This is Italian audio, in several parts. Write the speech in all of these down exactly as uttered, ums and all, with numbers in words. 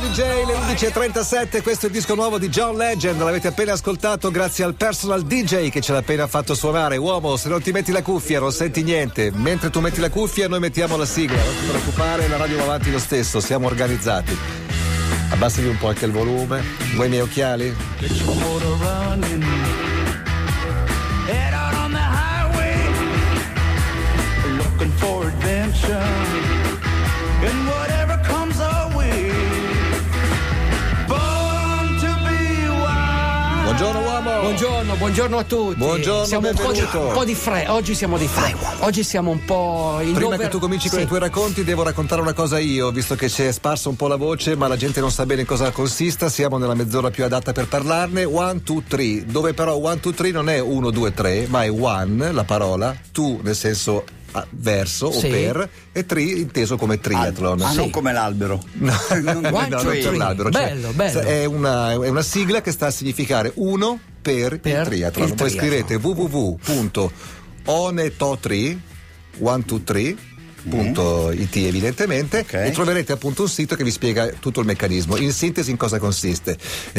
D J, le undici e trentasette, questo è il disco nuovo di John Legend, l'avete appena ascoltato grazie al personal D J che ce l'ha appena fatto suonare. Uomo, se non ti metti la cuffia non senti niente, mentre tu metti la cuffia noi mettiamo la sigla, non ti preoccupare, la radio va avanti lo stesso, siamo organizzati. Abbassati un po' anche il volume, vuoi i miei occhiali? Head out on the highway, looking for adventure, and whatever comes our way, born to be wild. Buongiorno uomo. Buongiorno, buongiorno a tutti. Buongiorno, siamo un po' di, un po' di fre. Oggi siamo di fre. Oggi siamo un po' in Prima over... che tu cominci con sì. i tuoi racconti devo raccontare una cosa io, visto che si è sparsa un po' la voce ma la gente non sa bene in cosa consista. Siamo nella mezz'ora più adatta per parlarne. One, two, three, dove però one, two, three non è uno, due, tre, ma è one la parola, two nel senso a, verso sì. o per, e three inteso come triathlon. Ah, sì. non come l'albero. No, One, no, two, non three. per l'albero. Bello, cioè, bello. È una, è una sigla che sta a significare uno per, Per il triathlon. il Voi triathlon. scrivete w w w punto onetotri one two three punto it evidentemente, Okay. e troverete appunto un sito che vi spiega tutto il meccanismo. In sintesi in cosa consiste?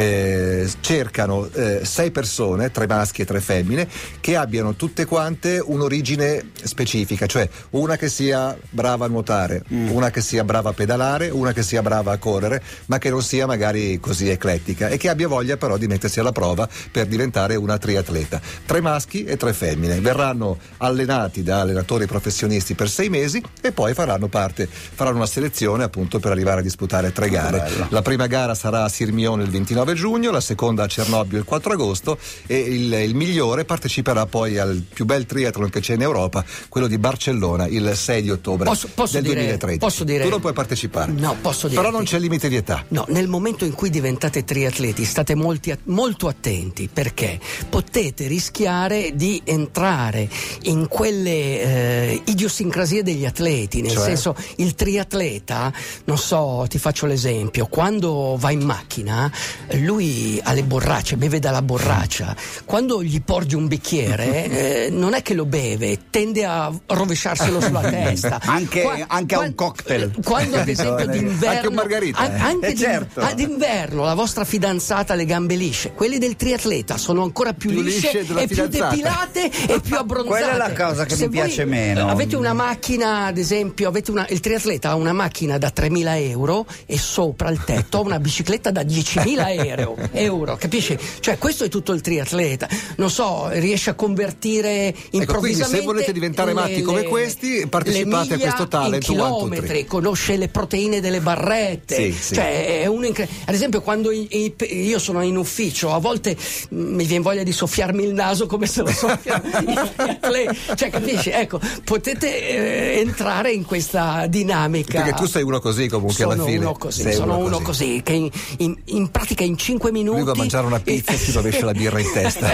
Eh, cercano eh, sei persone, tre maschi e tre femmine, che abbiano tutte quante un'origine specifica, cioè una che sia brava a nuotare, mm. una che sia brava a pedalare, una che sia brava a correre, ma che non sia magari così eclettica e che abbia voglia però di mettersi alla prova per diventare una triatleta. Tre maschi e tre femmine verranno allenati da allenatori professionisti per sei mesi e poi faranno parte, faranno una selezione appunto per arrivare a disputare tre gare. Bello. La prima gara sarà a Sirmione il ventinove giugno, la seconda a Cernobbio il quattro agosto e il, il migliore parteciperà poi al più bel triathlon che c'è in Europa, quello di Barcellona, il sei di ottobre Posso- posso del dire- duemilatredici. posso dire- Tu non puoi partecipare. No, posso Però dirti- non c'è limite di età. No, nel momento in cui diventate triatleti state molti, molto attenti, perché potete rischiare di entrare in quelle eh, idiosincrasie degli atleti, nel Cioè? senso, il triatleta, non so, ti faccio l'esempio, quando va in macchina lui ha le borracce, beve dalla borraccia, quando gli porgi un bicchiere eh, non è che lo beve, tende a rovesciarselo sulla testa. Anche- Qua- anche a un qua- cocktail. Quando ad esempio d'inverno, Anche un margarita, an- eh. anche Eh, d'in- certo. ah, d'inverno la vostra fidanzata ha le gambe lisce, quelli del triatleta sono ancora più, Più lisce, lisce della e più fidanzata. depilate e più abbronzate. Quella è la cosa che Se mi piace voi meno. Avete una macchina, ad esempio, avete una, il triatleta ha una macchina da tremila euro e sopra il tetto ha una bicicletta da diecimila euro, euro, capisci? Cioè questo è tutto il triatleta. Non so, riesce a convertire Ecco, quindi improvvisamente. se volete diventare matti le- come le- questi, partecipate le a questo miglia talent in one, two, chilometri, three. conosce le proteine delle barrette. Sì, sì. Cioè è un incre- ad esempio quando i- i- io sono in ufficio, a volte mh, mi viene voglia di soffiarmi il naso come se lo soffiano i triatleti. Cioè capisci? Ecco, potete eh, entrare in questa dinamica. Perché tu sei uno così comunque sono alla fine. uno così, Sei sono uno uno così. così, che in, in- in pratica in cinque minuti Lui va a mangiare una pizza e si rovescia la birra in testa.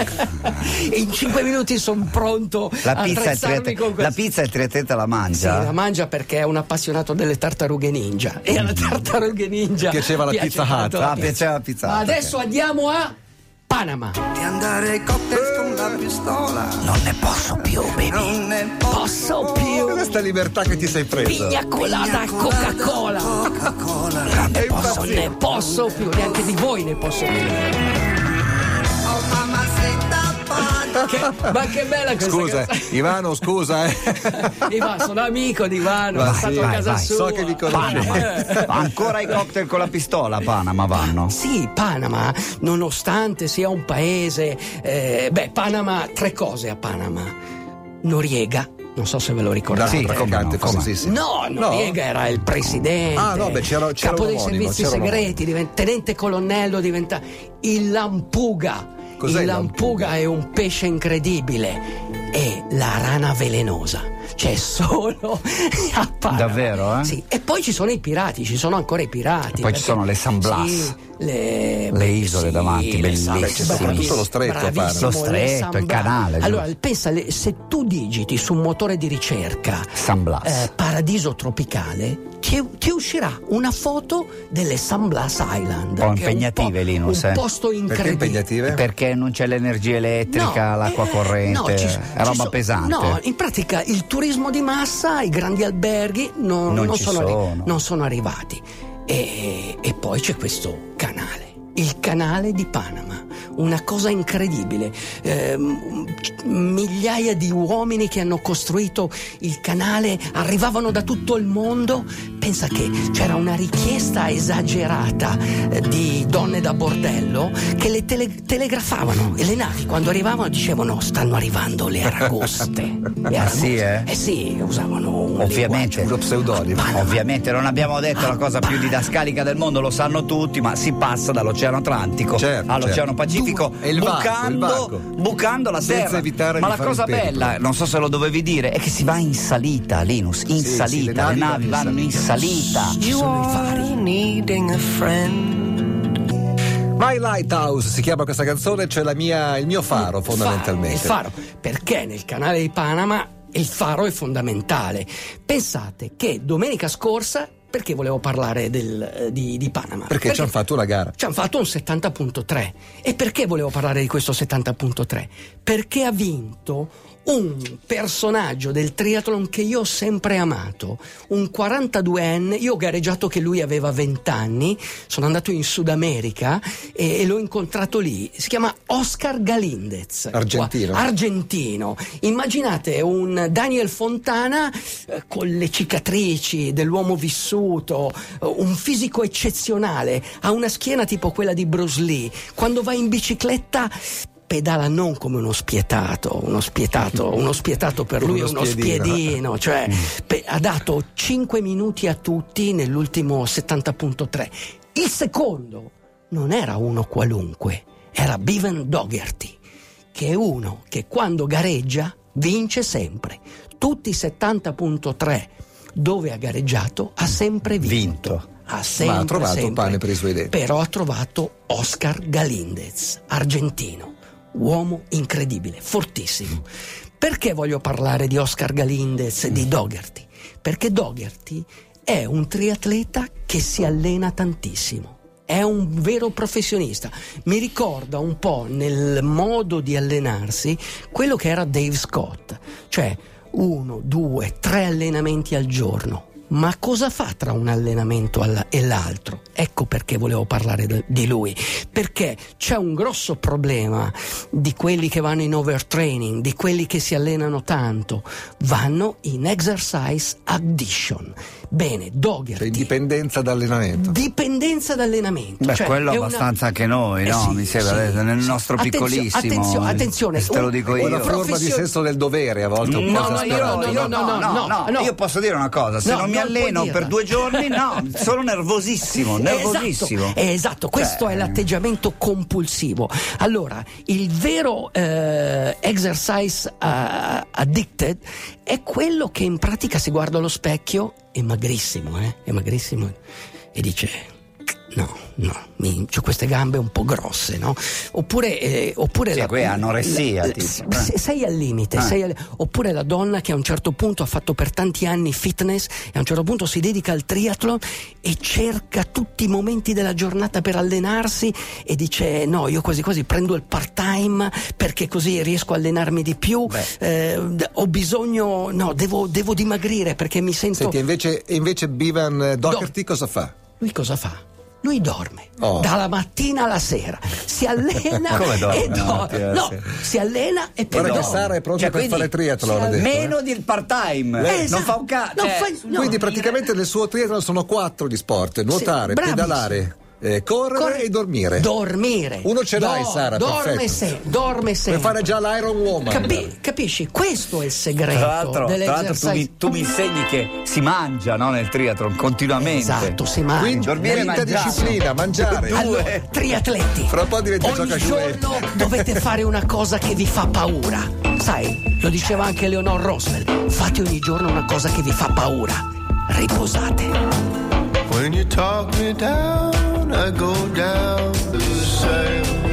e in cinque minuti sono pronto La a pizza, il attrezzarmi triatleta, con la questo. pizza il triatleta la Sì, mangia? la mangia perché è un appassionato delle tartarughe ninja e alla tartarughe ninja Piaceva la piace Pizza Hut. tanto la Ah, pizza. piaceva la pizza. Ma adesso andiamo a Panama. Di andare ai cocktail con la pistola. Non ne posso più, baby. Non ne Posso più. Questa libertà che ti sei presa. Pigna colada Coca-Cola. Coca-Cola. Non ne È posso, impazzito. ne posso più, neanche di voi ne posso più. Oh mamacita pana. Che- ma che bella questa Scusa, canzone. Ivano, scusa, eh. Ivano, sono amico di Ivano, Vai, sono stato sì, a vai, casa vai, sua. so che vi conoscete. Panama. Ancora i cocktail con la pistola a Panama vanno? Sì, Panama, nonostante sia un paese, eh, beh, Panama, tre cose a Panama. Noriega, non so se ve lo ricordate. Sì, traficante, come no, famosissimo. No, Noriega era il presidente, Ah, no, beh, c'era- c'era capo un dei omonimo, servizi c'era un segreti, diventa- tenente colonnello, diventa il Lampuga. Cos'è il il Lampuga? È un pesce incredibile, è la rana velenosa. C'è solo a Panama. Davvero, eh? Sì, e poi ci sono i pirati, ci sono ancora i pirati. Poi ci sono le San Blas. Sì, le, Le isole davanti, le San- bellissime. Soprattutto lo stretto, bravissimo, Panama. Lo le stretto, San il Blas. canale, Allora, giusto? pensa, le- se tu digiti su un motore di ricerca San Blas. eh, paradiso tropicale, ti, ti uscirà una foto delle San Blas Island. Un po' che è impegnative, po- Linus, Un eh? posto Perché incredibile. impegnative? Perché non c'è l'energia elettrica, No, l'acqua eh, corrente, no, ci- è ci roba so- pesante. No, in pratica il turismo di massa, i grandi alberghi non, Non non ci sono, arri- sono. non sono arrivati. E, e poi c'è questo canale, il canale di Panama, una cosa incredibile. Eh, migliaia di uomini che hanno costruito il canale arrivavano da tutto il mondo. Pensa che c'era una richiesta esagerata eh, di donne da bordello che le tele- telegrafavano, e le navi quando arrivavano dicevano: stanno arrivando le aragoste. Le aragoste. Sì, eh? Eh sì, usavano un Ovviamente, uno pseudonimo. ovviamente non abbiamo detto la cosa più didascalica del mondo, lo sanno tutti, ma si passa dall'Oceano Atlantico Certo, all'Oceano certo. Pacifico, E il varco, bucando, il varco. bucando la Senza terra. evitare Ma di la fare cosa il pericolo. bella, non so se lo dovevi dire, è che si va in salita, Linus, in Sì, sì, salita, le le navi navi vanno vanno in in salita. Ci sono i fari. Needing a friend. My Lighthouse si chiama questa canzone, cioè la mia, il mio faro, fondamentalmente. Il faro, perché nel canale di Panama il faro è fondamentale. Pensate che domenica scorsa, perché volevo parlare del, eh, di, di Panama? Perché ci hanno fatto una gara. Ci hanno fatto un settanta virgola tre. E perché volevo parlare di questo settanta virgola tre? Perché ha vinto un personaggio del triathlon che io ho sempre amato, un quarantaduenne. Io ho gareggiato che lui aveva venti anni, sono andato in Sud America e, e l'ho incontrato lì. Si chiama Oscar Galindez, Argentino. Qua, argentino. Immaginate un Daniel Fontana eh, con le cicatrici dell'uomo vissuto, eh, un fisico eccezionale, ha una schiena tipo quella di Bruce Lee. Quando va in bicicletta pedala non come uno spietato, uno spietato, uno spietato per lui è Uno uno spiedino. spiedino, cioè pe- ha dato cinque minuti a tutti nell'ultimo settanta virgola tre. Il secondo non era uno qualunque, era Bevan Dougherty, che è uno che quando gareggia vince sempre. Tutti i settanta virgola tre dove ha gareggiato ha sempre vinto. Vinto. Ha sempre, Ma ha trovato sempre. pane per i suoi denti. Però ha trovato Oscar Galindez, argentino, uomo incredibile, fortissimo. Perché voglio parlare di Oscar Galindez e di Dougherty? Perché Dougherty è un triatleta che si allena tantissimo. È un vero professionista. Mi ricorda un po' nel modo di allenarsi quello che era Dave Scott, cioè uno, due, tre allenamenti al giorno. Ma cosa fa tra un allenamento e l'altro? Ecco perché volevo parlare di lui, perché c'è un grosso problema di quelli che vanno in overtraining, di quelli che si allenano tanto, vanno in exercise addiction. Bene, Dougherty, Cioè, indipendenza dall'allenamento. dipendenza dall'allenamento. Beh, cioè, quello è abbastanza una... anche noi, Eh no? sì, Mi sembra, sì, nel sì. nostro Attenzio- piccolissimo. Attenzione, attenzione. Se te lo un- dico È io. una forma di professio- senso del dovere a volte un No, po' no, esasperato, io no, no, no, no, no. Io posso dire una cosa, se No, non mi non alleno puoi per dirla. due giorni, no, sono nervosissimo, nervosissimo. Esatto, esatto. questo Cioè, è l'atteggiamento compulsivo. Allora, il vero eh, exercise uh, addicted è quello che in pratica si guarda allo specchio, è magrissimo, eh? È magrissimo, e dice: no, no, mi, c'ho queste gambe un po' grosse, no? Oppure, eh, oppure Sì, la, qui è anoressia, la- tipo. se- sei al limite, Ah. sei al- oppure la donna che a un certo punto ha fatto per tanti anni fitness e a un certo punto si dedica al triathlon e cerca tutti i momenti della giornata per allenarsi e dice: no, io quasi quasi prendo il part time perché così riesco a allenarmi di più, eh, d- ho bisogno, no, devo, devo dimagrire perché mi sento... Senti, invece, e invece Bevan Dougherty cosa fa? Lui cosa fa? Lui dorme Oh. dalla mattina alla sera, si allena Come dorme e dalla do- mattina alla no, sera? si allena e poi Guarda che dorme. Sara è pronta Cioè, per quindi- fare triathlon adesso. Meno di part-time, Eh, non esatto. fa un cazzo. Non cioè, fa- no. Quindi praticamente nel suo triathlon sono quattro gli sport: nuotare, bravissimo. pedalare, eh, correre Corre- e dormire. Dormire. Uno ce l'hai, Do- Sara, dorme perfetto. se- dorme sempre. Per fare già l'Iron Woman. Capi- capisci? Questo è il segreto Tra l'altro, tra l'altro tu, dell'exercise. mi, tu mi insegni che si mangia, no, nel triathlon continuamente. Esatto, si mangia. Quindi dormire e quinta mangiare. disciplina, mangiare. Allora, triatleti, Fra un po' diventa ogni gioca giorno dovete fare una cosa che vi fa paura. Sai, lo diceva anche Leonore Roosevelt: fate ogni giorno una cosa che vi fa paura. Riposate. When you talk me down, I go down the same.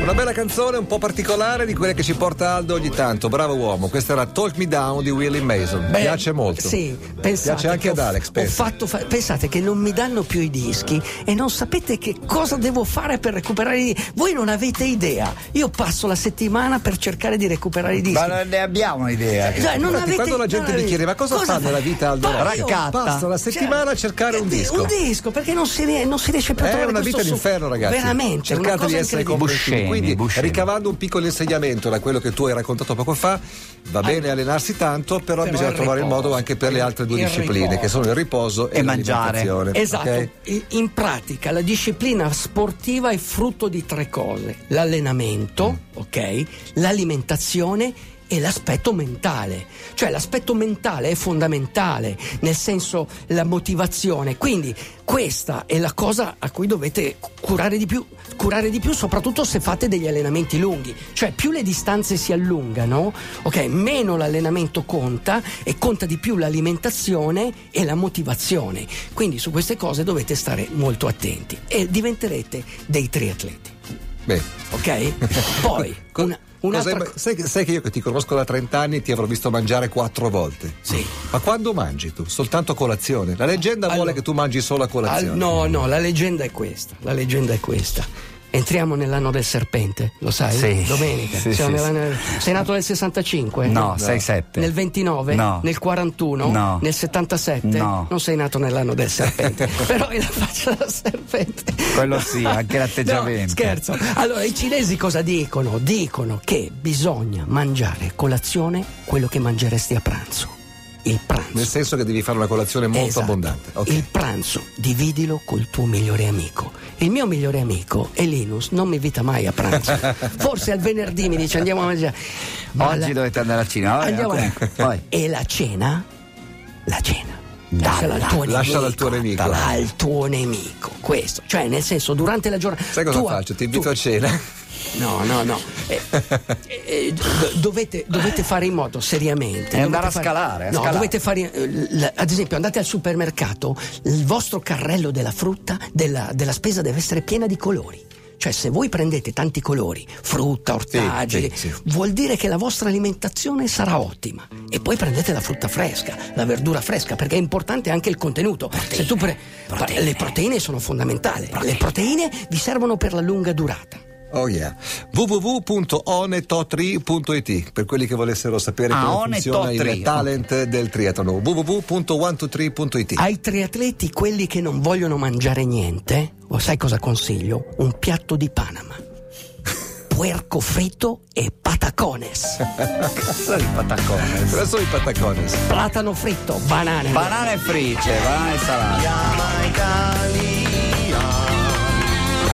Una bella canzone un po' particolare di quelle che ci porta Aldo ogni tanto. Bravo uomo. Questa era Talk Me Down di Willie Mason. Beh, piace molto. Sì, pensate piace anche ad Alex. Ho fatto fa- pensate che non mi danno più i dischi e non sapete che cosa devo fare per recuperare i dischi. Voi non avete idea. Io passo la settimana per cercare di recuperare i dischi. Ma non ne abbiamo idea. Cioè, non Infatti, avete, quando la gente mi chiede ma cosa, cosa fa nella vita Aldo Rock? Passa la settimana cioè, a cercare un disco. Un disco, perché non si, non si riesce più a È trovare una vita questo d'inferno, ragazzi. Veramente. Cercate di essere comprensivi. Quindi, Buscemi. ricavando un piccolo insegnamento da quello che tu hai raccontato poco fa, va bene allenarsi tanto, però, però bisogna trovare il modo anche per le altre due discipline, riposo. Che sono il riposo e, e mangiare. Esatto. Okay? In pratica la disciplina sportiva è frutto di tre cose: l'allenamento, mm. ok, l'alimentazione e l'aspetto mentale. Cioè l'aspetto mentale è fondamentale, nel senso la motivazione. Quindi questa è la cosa a cui dovete curare di più, curare di più, soprattutto se fate degli allenamenti lunghi. Cioè più le distanze si allungano, ok, meno l'allenamento conta e conta di più l'alimentazione e la motivazione. Quindi su queste cose dovete stare molto attenti e diventerete dei triatleti. Beh. Ok? Poi una Un'altra... sai, sai che io che ti conosco da trenta anni ti avrò visto mangiare quattro volte. Sì. Ma quando mangi tu? Soltanto a colazione? La leggenda allora, vuole che tu mangi solo a colazione. Al, no, no, la leggenda è questa. La leggenda è questa. Entriamo nell'anno del serpente, lo sai? Sì. Domenica. Sì, Siamo sì, nell'anno... sì. Sei nato nel sessantacinque? No, no. sei sette. Nel ventinove? No. Nel quarantuno? No. Nel settantasette? No. Non sei nato nell'anno del serpente. Però hai la faccia da serpente. Quello sì, anche l'atteggiamento. No, scherzo. Allora, i cinesi cosa dicono? Dicono che bisogna mangiare a colazione quello che mangeresti a pranzo. Il pranzo. Nel senso che devi fare una colazione molto esatto. abbondante. Okay. Il pranzo dividilo col tuo migliore amico. Il mio migliore amico è Linus, non mi invita mai a pranzo. Forse al venerdì mi dice andiamo a mangiare. Ma oggi la... dovete andare a cena. Vabbè, andiamo comunque, a... E la cena? La cena. Lasciala al tuo nemico. Lasciala al tuo nemico. Al tuo nemico. Questo. Cioè, nel senso, durante la giornata. Sai cosa tu, faccio? Ti invito tu... a cena. No, no, no. Eh, eh, dovete, dovete fare in modo seriamente. E andare a fare, scalare. A no, scalare. dovete fare. Eh, ad esempio, andate al supermercato, il vostro carrello della frutta, della, della spesa deve essere piena di colori. Cioè, se voi prendete tanti colori, frutta, ortaggi, sì, sì, sì. vuol dire che la vostra alimentazione sarà ottima. E poi prendete la frutta fresca, la verdura fresca, perché è importante anche il contenuto. Proteine. Se tu pre- proteine. Le proteine sono fondamentali. Proteine. Le proteine vi servono per la lunga durata. Oh yeah. w w w punto onetotri punto i t per quelli che volessero sapere ah, come funziona il talent okay. del triathlon. w w w punto centododici punto i t. Ai triatleti, quelli che non vogliono mangiare niente, o sai cosa consiglio? Un piatto di Panama. Puerco fritto e patacones. Cosa di patacones? Cosa sono i patacones? Platano fritto, banane. Banane fritte, banane salate.